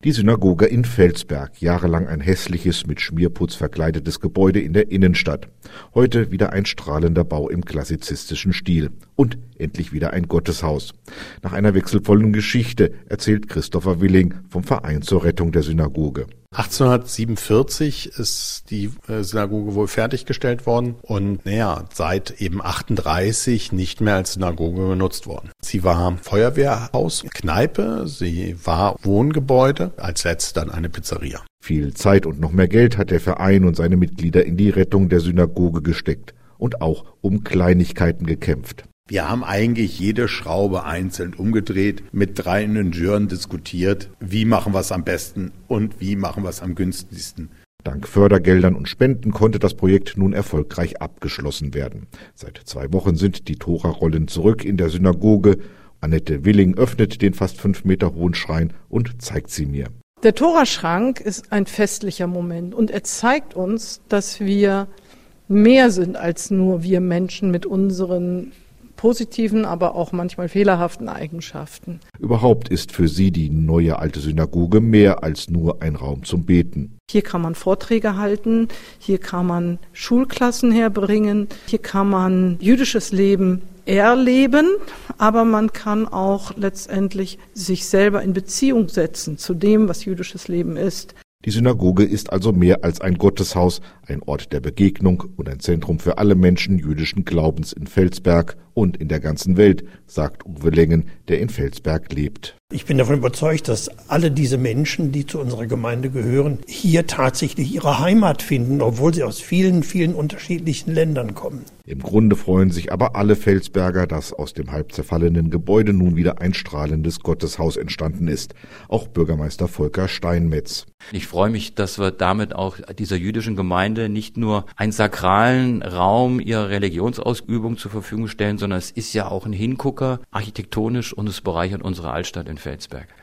Die Synagoge in Felsberg, jahrelang ein hässliches, mit Schmierputz verkleidetes Gebäude in der Innenstadt. Heute wieder ein strahlender Bau im klassizistischen Stil. Und endlich wieder ein Gotteshaus. Nach einer wechselvollen Geschichte erzählt Christopher Willing vom Verein zur Rettung der Synagoge. 1847 ist die Synagoge wohl fertiggestellt worden und seit eben 38 nicht mehr als Synagoge genutzt worden. Sie war Feuerwehrhaus, Kneipe, sie war Wohngebäude, als letztes dann eine Pizzeria. Viel Zeit und noch mehr Geld hat der Verein und seine Mitglieder in die Rettung der Synagoge gesteckt und auch um Kleinigkeiten gekämpft. Wir haben eigentlich jede Schraube einzeln umgedreht, mit 3 Ingenieuren diskutiert, wie machen wir es am besten und wie machen wir es am günstigsten. Dank Fördergeldern und Spenden konnte das Projekt nun erfolgreich abgeschlossen werden. Seit 2 Wochen sind die Tora-Rollen zurück in der Synagoge. Annette Willing öffnet den fast 5 Meter hohen Schrein und zeigt sie mir. Der Toraschrank ist ein festlicher Moment und er zeigt uns, dass wir mehr sind als nur wir Menschen mit unseren positiven, aber auch manchmal fehlerhaften Eigenschaften. Überhaupt ist für sie die neue alte Synagoge mehr als nur ein Raum zum Beten. Hier kann man Vorträge halten, hier kann man Schulklassen herbringen, hier kann man jüdisches Leben erleben, aber man kann auch letztendlich sich selber in Beziehung setzen zu dem, was jüdisches Leben ist. Die Synagoge ist also mehr als ein Gotteshaus, ein Ort der Begegnung und ein Zentrum für alle Menschen jüdischen Glaubens in Felsberg und in der ganzen Welt, sagt Uwe Lengen, der in Felsberg lebt. Ich bin davon überzeugt, dass alle diese Menschen, die zu unserer Gemeinde gehören, hier tatsächlich ihre Heimat finden, obwohl sie aus vielen, vielen unterschiedlichen Ländern kommen. Im Grunde freuen sich aber alle Felsberger, dass aus dem halb zerfallenen Gebäude nun wieder ein strahlendes Gotteshaus entstanden ist. Auch Bürgermeister Volker Steinmetz. Ich freue mich, dass wir damit auch dieser jüdischen Gemeinde nicht nur einen sakralen Raum ihrer Religionsausübung zur Verfügung stellen, sondern es ist ja auch ein Hingucker, architektonisch, und es bereichert unsere Altstadt in Felsberg.